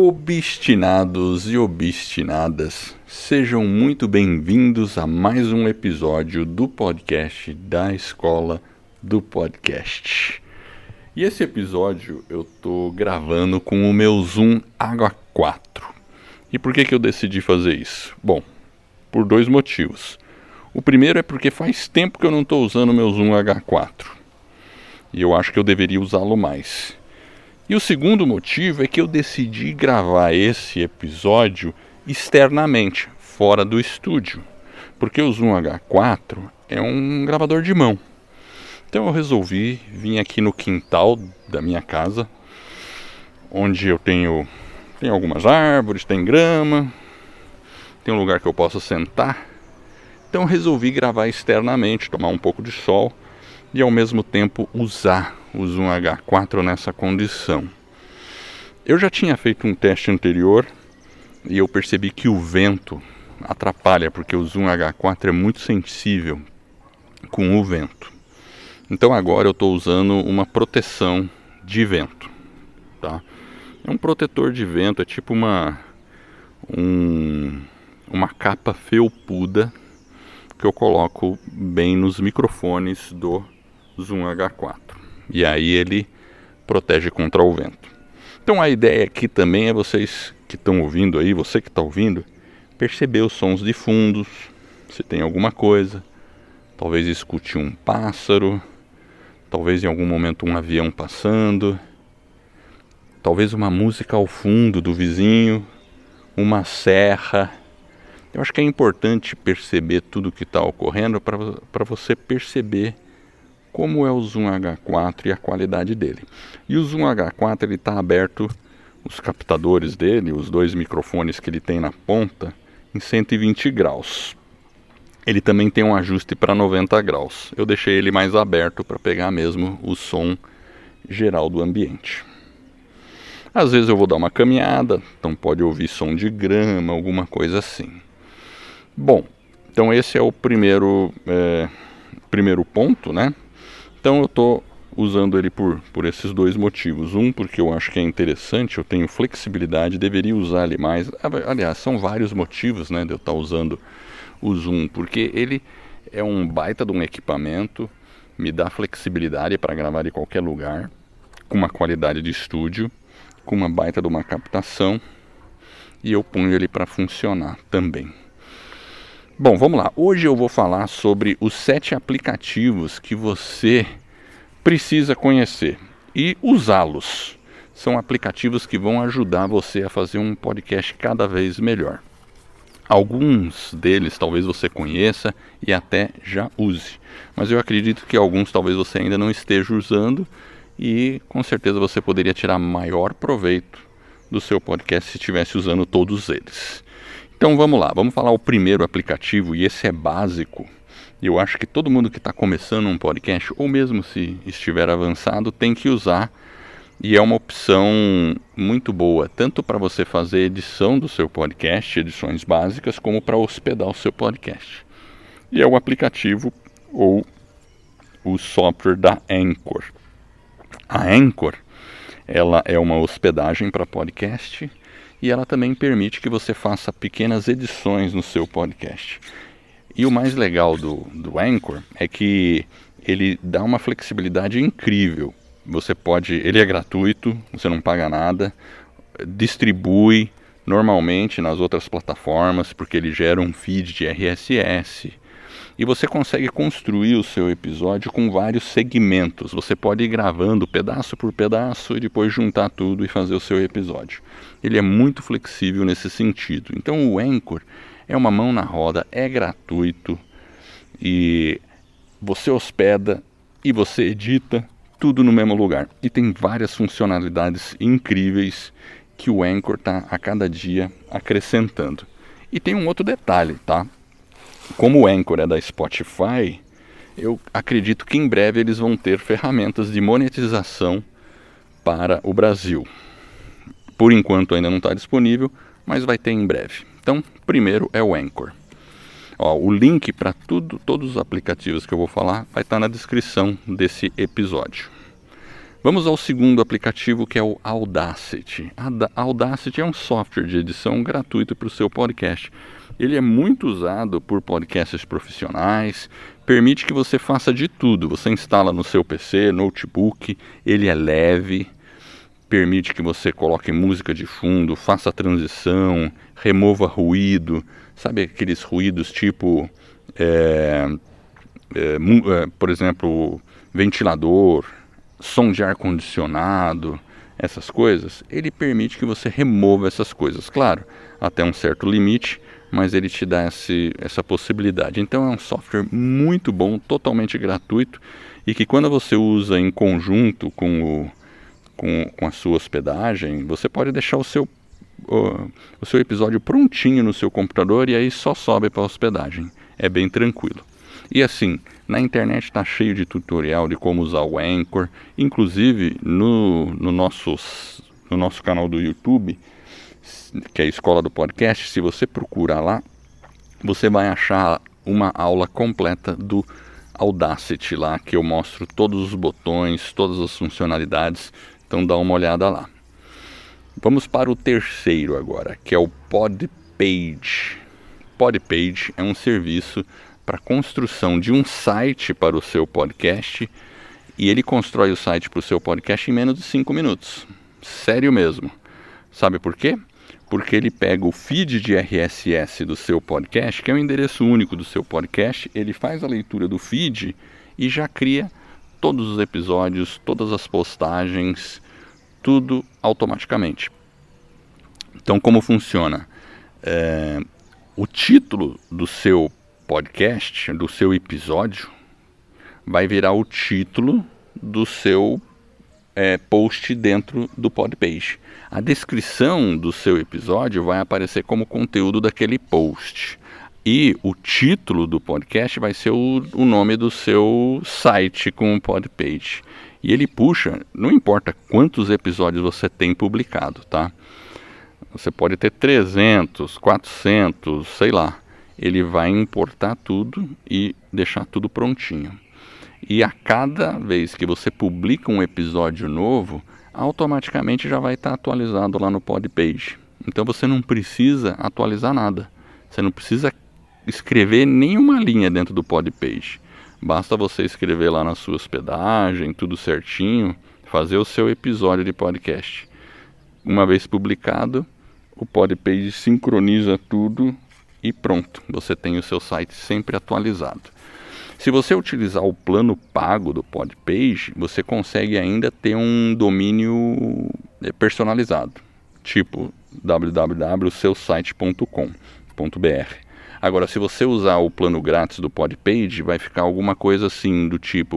Obstinados e obstinadas, sejam muito bem-vindos a mais um episódio do podcast da Escola do Podcast. E esse episódio eu tô gravando com o meu Zoom H4. E por que eu decidi fazer isso? Bom, por dois motivos. O primeiro é porque faz tempo que eu não estou usando o meu Zoom H4. E eu acho que eu deveria usá-lo mais. E o segundo motivo é que eu decidi gravar esse episódio externamente, fora do estúdio. Porque o Zoom H4 é um gravador de mão. Então eu resolvi vir aqui no quintal da minha casa, onde eu tenho algumas árvores, tem grama, tem um lugar que eu posso sentar. Então eu resolvi gravar externamente, tomar um pouco de sol e ao mesmo tempo usar o Zoom H4 nessa condição. Eu já tinha feito um teste anterior e eu percebi que o vento atrapalha, porque o Zoom H4 é muito sensível com o vento. Então agora eu estou usando uma proteção de vento, tá? É um protetor de vento, é tipo uma capa felpuda que eu coloco bem nos microfones do Zoom H4. E aí ele protege contra o vento. Então a ideia aqui também é vocês que estão ouvindo aí, você que está ouvindo, perceber os sons de fundos, se tem alguma coisa. Talvez escute um pássaro, talvez em algum momento um avião passando, talvez uma música ao fundo do vizinho, uma serra. Eu acho que é importante perceber tudo o que está ocorrendo para você perceber como é o Zoom H4 e a qualidade dele. E o Zoom H4 ele está aberto, os captadores dele, os dois microfones que ele tem na ponta, em 120 graus. Ele também tem um ajuste para 90 graus. Eu deixei ele mais aberto para pegar mesmo o som geral do ambiente. Às vezes eu vou dar uma caminhada, então pode ouvir som de grama, alguma coisa assim. Bom, então esse é o primeiro ponto, né? Então eu estou usando ele por esses dois motivos. Um, porque eu acho que é interessante, eu tenho flexibilidade, deveria usar ele mais. Aliás, são vários motivos, né, de eu estar usando o Zoom, porque ele é um baita de um equipamento, me dá flexibilidade para gravar em qualquer lugar, com uma qualidade de estúdio, com uma baita de uma captação, e eu ponho ele para funcionar também. Bom, vamos lá. Hoje eu vou falar sobre os 7 aplicativos que você precisa conhecer e usá-los. São aplicativos que vão ajudar você a fazer um podcast cada vez melhor. Alguns deles talvez você conheça e até já use, mas eu acredito que alguns talvez você ainda não esteja usando e com certeza você poderia tirar maior proveito do seu podcast se estivesse usando todos eles. Então vamos lá, vamos falar o primeiro aplicativo, e esse é básico. Eu acho que todo mundo que está começando um podcast, ou mesmo se estiver avançado, tem que usar. E é uma opção muito boa, tanto para você fazer edição do seu podcast, edições básicas, como para hospedar o seu podcast. E é o aplicativo ou o software da Anchor. A Anchor, ela é uma hospedagem para podcast e ela também permite que você faça pequenas edições no seu podcast. E o mais legal do Anchor é que ele dá uma flexibilidade incrível. Ele é gratuito, você não paga nada, distribui normalmente nas outras plataformas, porque ele gera um feed de RSS. E você consegue construir o seu episódio com vários segmentos. Você pode ir gravando pedaço por pedaço e depois juntar tudo e fazer o seu episódio. Ele é muito flexível nesse sentido. Então o Anchor é uma mão na roda, é gratuito e você hospeda e você edita tudo no mesmo lugar. E tem várias funcionalidades incríveis que o Anchor está a cada dia acrescentando. E tem um outro detalhe, tá? Como o Anchor é da Spotify, eu acredito que em breve eles vão ter ferramentas de monetização para o Brasil. Por enquanto ainda não está disponível, mas vai ter em breve. Então, primeiro é o Anchor. O link para todos os aplicativos que eu vou falar vai estar na descrição desse episódio. Vamos ao segundo aplicativo, que é o Audacity. Audacity é um software de edição gratuito para o seu podcast. Ele é muito usado por podcasts profissionais, permite que você faça de tudo. Você instala no seu PC, notebook, ele é leve, permite que você coloque música de fundo, faça transição, remova ruído. Sabe aqueles ruídos tipo, por exemplo, ventilador, som de ar-condicionado, essas coisas? Ele permite que você remova essas coisas, claro, até um certo limite, mas ele te dá essa possibilidade. Então é um software muito bom, totalmente gratuito, e que quando você usa em conjunto com a sua hospedagem, você pode deixar o seu episódio prontinho no seu computador e aí só sobe para a hospedagem. É bem tranquilo. E assim, na internet está cheio de tutorial de como usar o Anchor, inclusive no nosso canal do YouTube, que é a Escola do Podcast. Se você procurar lá, você vai achar uma aula completa do Audacity lá, que eu mostro todos os botões, todas as funcionalidades, então dá uma olhada lá. Vamos para o terceiro agora, que é o Podpage. Podpage é um serviço para construção de um site para o seu podcast, e ele constrói o site para o seu podcast em menos de 5 minutos. Sério mesmo. Sabe por quê? Porque ele pega o feed de RSS do seu podcast, que é o endereço único do seu podcast, ele faz a leitura do feed e já cria todos os episódios, todas as postagens, tudo automaticamente. Então, como funciona? O título do seu podcast, do seu episódio, vai virar o título do seu post dentro do Podpage. A descrição do seu episódio vai aparecer como conteúdo daquele post. E o título do podcast vai ser o nome do seu site com o Podpage. E ele puxa, não importa quantos episódios você tem publicado, tá? Você pode ter 300, 400, sei lá. Ele vai importar tudo e deixar tudo prontinho. E a cada vez que você publica um episódio novo, automaticamente já vai estar atualizado lá no Podpage. Então você não precisa atualizar nada. Você não precisa escrever nenhuma linha dentro do Podpage. Basta você escrever lá na sua hospedagem, tudo certinho, fazer o seu episódio de podcast. Uma vez publicado, o Podpage sincroniza tudo e pronto, você tem o seu site sempre atualizado. Se você utilizar o plano pago do Podpage, você consegue ainda ter um domínio personalizado, tipo www.seusite.com.br. Agora, se você usar o plano grátis do Podpage, vai ficar alguma coisa assim, do tipo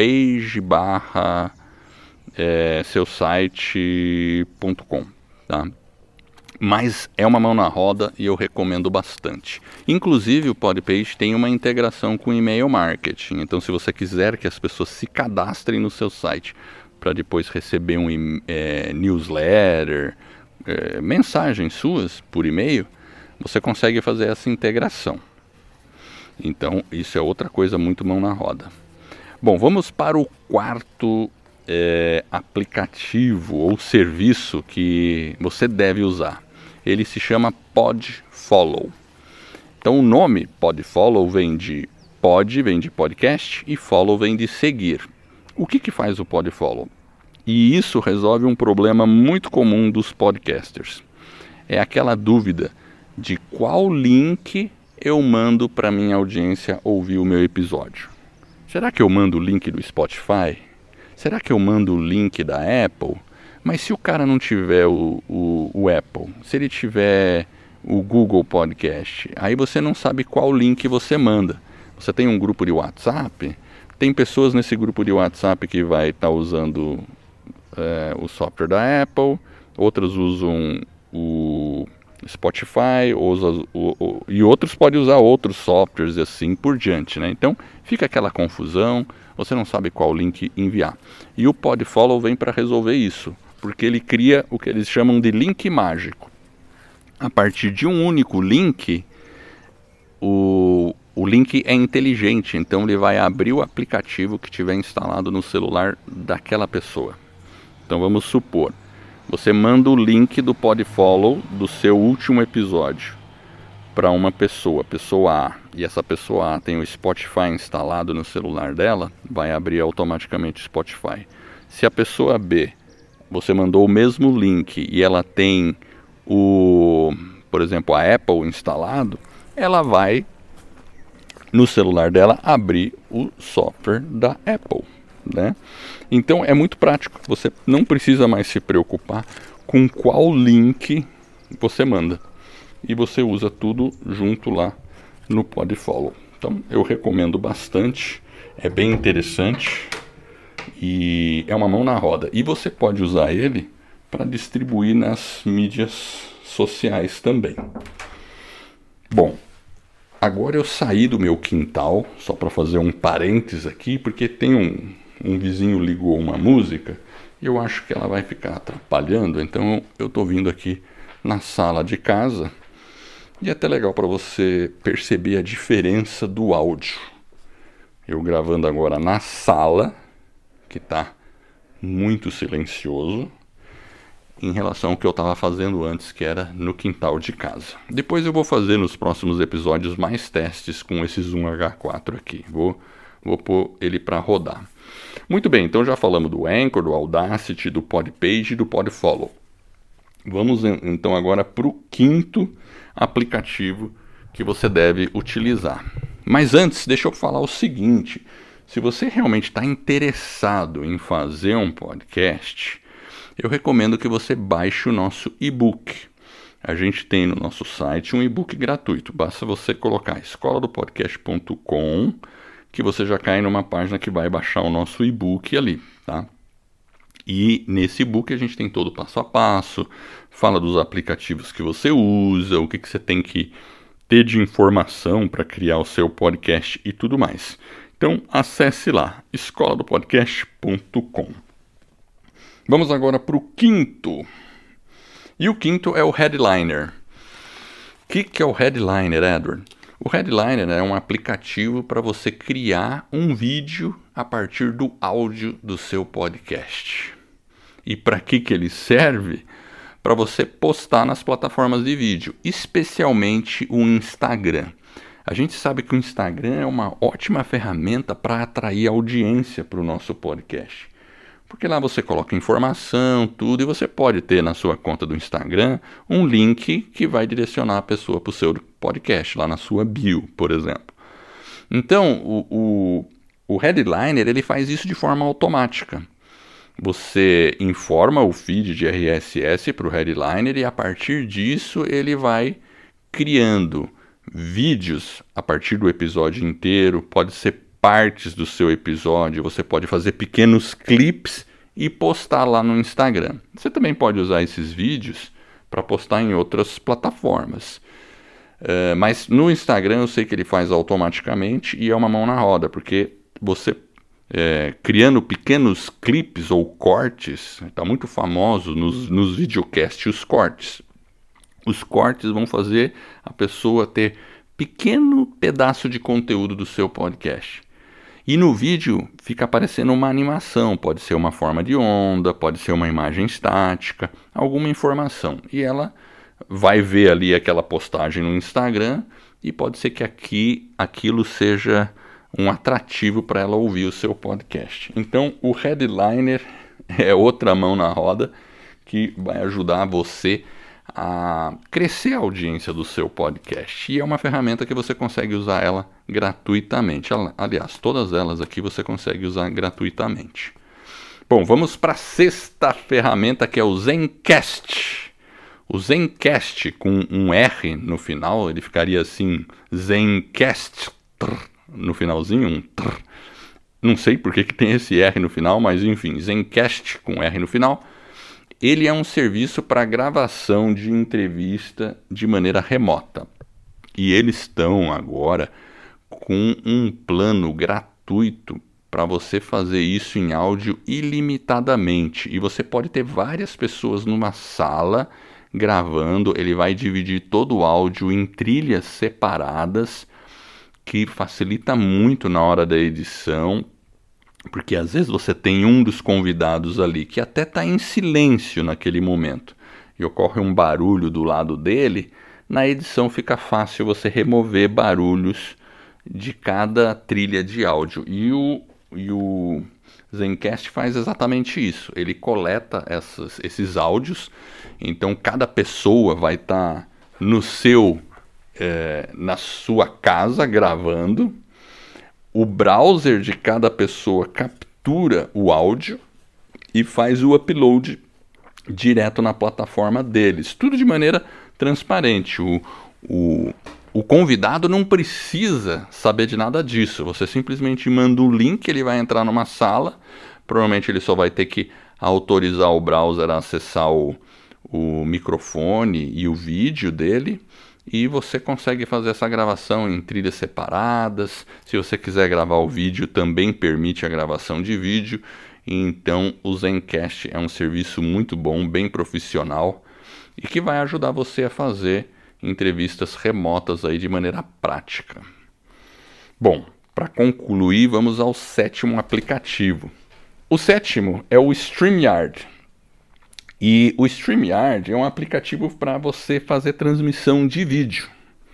podpage/seusite.com, tá? Mas é uma mão na roda e eu recomendo bastante. Inclusive o Podpage tem uma integração com e-mail marketing. Então, se você quiser que as pessoas se cadastrem no seu site para depois receber um newsletter, mensagens suas por e-mail, você consegue fazer essa integração. Então, isso é outra coisa muito mão na roda. Bom, vamos para o quarto aplicativo ou serviço que você deve usar. Ele se chama Podfollow. Então o nome Podfollow vem de podcast, e follow vem de seguir. O que faz o Podfollow? E isso resolve um problema muito comum dos podcasters. É aquela dúvida de qual link eu mando para minha audiência ouvir o meu episódio. Será que eu mando o link do Spotify? Será que eu mando o link da Apple? Mas se o cara não tiver o Apple, se ele tiver o Google Podcast, aí você não sabe qual link você manda. Você tem um grupo de WhatsApp, tem pessoas nesse grupo de WhatsApp que vai estar usando o software da Apple, outras usam o Spotify, e outros podem usar outros softwares e assim por diante, né? Então fica aquela confusão, você não sabe qual link enviar. E o Podfollow vem para resolver isso, porque ele cria o que eles chamam de link mágico. A partir de um único link, o link é inteligente, então ele vai abrir o aplicativo que tiver instalado no celular daquela pessoa. Então vamos supor, você manda o link do Podfollow do seu último episódio para uma pessoa, pessoa A, e essa pessoa A tem o Spotify instalado no celular dela, vai abrir automaticamente o Spotify. Se a pessoa B, você mandou o mesmo link e ela tem por exemplo, a Apple instalado, ela vai no celular dela abrir o software da Apple, né? Então é muito prático, você não precisa mais se preocupar com qual link você manda. E você usa tudo junto lá no Podfollow. Então eu recomendo bastante, é bem interessante e é uma mão na roda. E você pode usar ele para distribuir nas mídias sociais também. Bom, agora eu saí do meu quintal, só para fazer um parênteses aqui, porque tem um vizinho ligou uma música e eu acho que ela vai ficar atrapalhando, então eu estou vindo aqui na sala de casa. E é até legal para você perceber a diferença do áudio. Eu gravando agora na sala, que está muito silencioso, em relação ao que eu estava fazendo antes, que era no quintal de casa. Depois eu vou fazer nos próximos episódios mais testes com esse Zoom H4 aqui. Vou pôr ele para rodar. Muito bem, então já falamos do Anchor, do Audacity, do Podpage e do Podfollow. Vamos então agora para o quinto aplicativo que você deve utilizar. Mas antes, deixa eu falar o seguinte: se você realmente está interessado em fazer um podcast, eu recomendo que você baixe o nosso e-book. A gente tem no nosso site um e-book gratuito. Basta você colocar escoladopodcast.com que você já cai numa página que vai baixar o nosso e-book ali, tá? E nesse e-book a gente tem todo o passo a passo, fala dos aplicativos que você usa, o que você tem que ter de informação para criar o seu podcast e tudo mais. Então acesse lá, escoladopodcast.com. Vamos agora para o quinto. E o quinto é o Headliner. O que é o Headliner, Edward? O Headliner é um aplicativo para você criar um vídeo a partir do áudio do seu podcast. E para que ele serve? Para você postar nas plataformas de vídeo, especialmente o Instagram. A gente sabe que o Instagram é uma ótima ferramenta para atrair audiência para o nosso podcast. Porque lá você coloca informação, tudo, e você pode ter na sua conta do Instagram um link que vai direcionar a pessoa para o seu podcast, lá na sua bio, por exemplo. Então, o Headliner ele faz isso de forma automática. Você informa o feed de RSS para o Headliner e a partir disso ele vai criando vídeos a partir do episódio inteiro, pode ser partes do seu episódio, você pode fazer pequenos clips e postar lá no Instagram. Você também pode usar esses vídeos para postar em outras plataformas. Mas no Instagram eu sei que ele faz automaticamente e é uma mão na roda, porque você criando pequenos clipes ou cortes, está muito famoso nos videocasts os cortes. Os cortes vão fazer a pessoa ter pequeno pedaço de conteúdo do seu podcast. E no vídeo fica aparecendo uma animação, pode ser uma forma de onda, pode ser uma imagem estática, alguma informação. E ela vai ver ali aquela postagem no Instagram e pode ser que aquilo seja um atrativo para ela ouvir o seu podcast. Então o Headliner é outra mão na roda que vai ajudar você a crescer a audiência do seu podcast. E é uma ferramenta que você consegue usar ela gratuitamente. Aliás, todas elas aqui você consegue usar gratuitamente. Bom, vamos para a sexta ferramenta, que é o Zencastr. O Zencastr com um R no final, ele ficaria assim, Zencastr no finalzinho, um trrr. Não sei por que tem esse R no final, mas enfim, Zencastr com R no final. Ele é um serviço para gravação de entrevista de maneira remota. E eles estão agora com um plano gratuito para você fazer isso em áudio ilimitadamente. E você pode ter várias pessoas numa sala gravando. Ele vai dividir todo o áudio em trilhas separadas, que facilita muito na hora da edição. Porque às vezes você tem um dos convidados ali que até está em silêncio naquele momento e ocorre um barulho do lado dele. Na edição fica fácil você remover barulhos de cada trilha de áudio. E o Zencastr faz exatamente isso. Ele coleta esses áudios. Então cada pessoa vai estar na sua casa gravando. O browser de cada pessoa captura o áudio e faz o upload direto na plataforma deles. Tudo de maneira transparente. O convidado não precisa saber de nada disso. Você simplesmente manda um link, ele vai entrar numa sala. Provavelmente ele só vai ter que autorizar o browser a acessar o microfone e o vídeo dele. E você consegue fazer essa gravação em trilhas separadas. Se você quiser gravar o vídeo, também permite a gravação de vídeo. Então o Zencastr é um serviço muito bom, bem profissional e que vai ajudar você a fazer entrevistas remotas aí de maneira prática. Bom, para concluir, vamos ao 7º aplicativo. O 7º é o StreamYard. E o StreamYard é um aplicativo para você fazer transmissão de vídeo.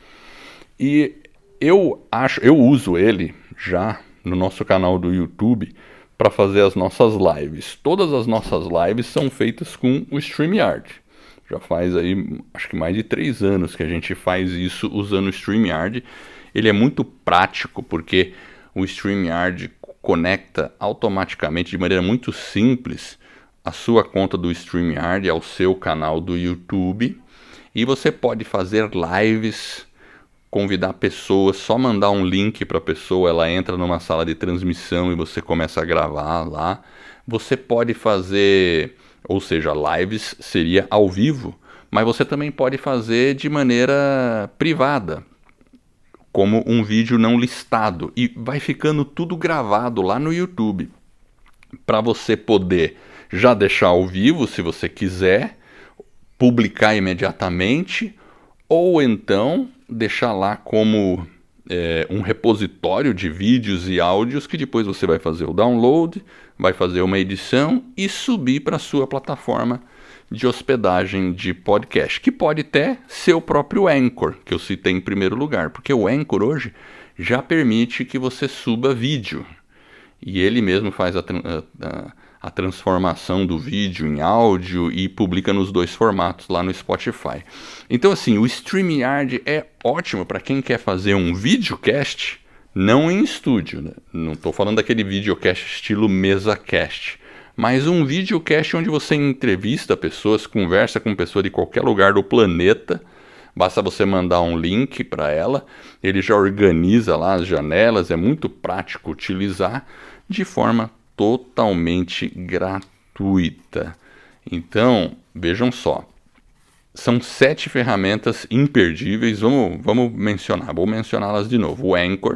E eu uso ele já no nosso canal do YouTube para fazer as nossas lives. Todas as nossas lives são feitas com o StreamYard. Já faz aí, acho que mais de 3 anos que a gente faz isso usando o StreamYard. Ele é muito prático porque o StreamYard conecta automaticamente, de maneira muito simples, a sua conta do StreamYard ao seu canal do YouTube. E você pode fazer lives, convidar pessoas, só mandar um link para a pessoa, ela entra numa sala de transmissão e você começa a gravar lá. Você pode fazer, ou seja, lives seria ao vivo, mas você também pode fazer de maneira privada, como um vídeo não listado, e vai ficando tudo gravado lá no YouTube, para você poder já deixar ao vivo, se você quiser, publicar imediatamente, ou então deixar lá como um repositório de vídeos e áudios que depois você vai fazer o download, vai fazer uma edição e subir para a sua plataforma de hospedagem de podcast, que pode até ser o próprio Anchor, que eu citei em primeiro lugar, porque o Anchor hoje já permite que você suba vídeo, e ele mesmo faz a transformação do vídeo em áudio e publica nos 2 formatos lá no Spotify. Então assim, o StreamYard é ótimo para quem quer fazer um videocast, não em estúdio, né? Não estou falando daquele videocast estilo MesaCast, mas um videocast onde você entrevista pessoas, conversa com pessoas de qualquer lugar do planeta. Basta você mandar um link para ela, ele já organiza lá as janelas, é muito prático utilizar de forma totalmente gratuita. Então, vejam só, são 7 ferramentas imperdíveis. Vamos mencionar, vou mencioná-las de novo. O Anchor,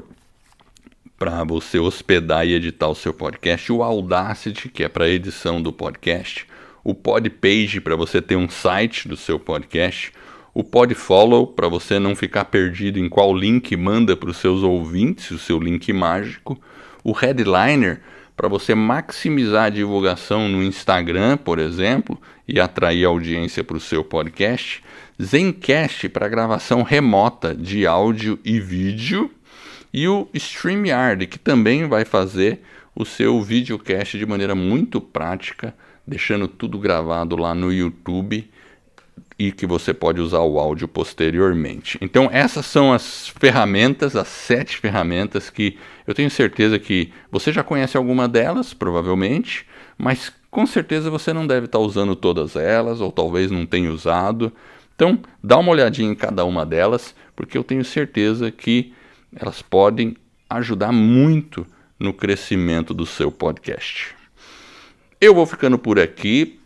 para você hospedar e editar o seu podcast. O Audacity, que é para edição do podcast. O Podpage, para você ter um site do seu podcast. O Podfollow, para você não ficar perdido em qual link manda para os seus ouvintes, o seu link mágico. O Headliner, para você maximizar a divulgação no Instagram, por exemplo, e atrair audiência para o seu podcast. Zencastr, para gravação remota de áudio e vídeo. E o StreamYard, que também vai fazer o seu videocast de maneira muito prática, deixando tudo gravado lá no YouTube e que você pode usar o áudio posteriormente. Então essas são as ferramentas, as 7 ferramentas que eu tenho certeza que você já conhece alguma delas, provavelmente, mas com certeza você não deve estar usando todas elas, ou talvez não tenha usado. Então dá uma olhadinha em cada uma delas, porque eu tenho certeza que elas podem ajudar muito no crescimento do seu podcast. Eu vou ficando por aqui.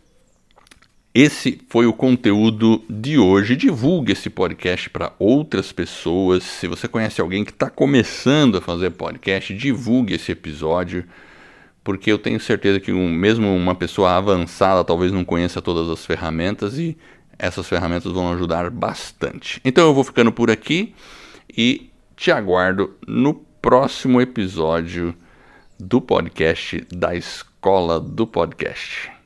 Esse foi o conteúdo de hoje. Divulgue esse podcast para outras pessoas. Se você conhece alguém que está começando a fazer podcast, divulgue esse episódio, porque eu tenho certeza que mesmo uma pessoa avançada talvez não conheça todas as ferramentas, e essas ferramentas vão ajudar bastante. Então eu vou ficando por aqui e te aguardo no próximo episódio do podcast da Escola do Podcast.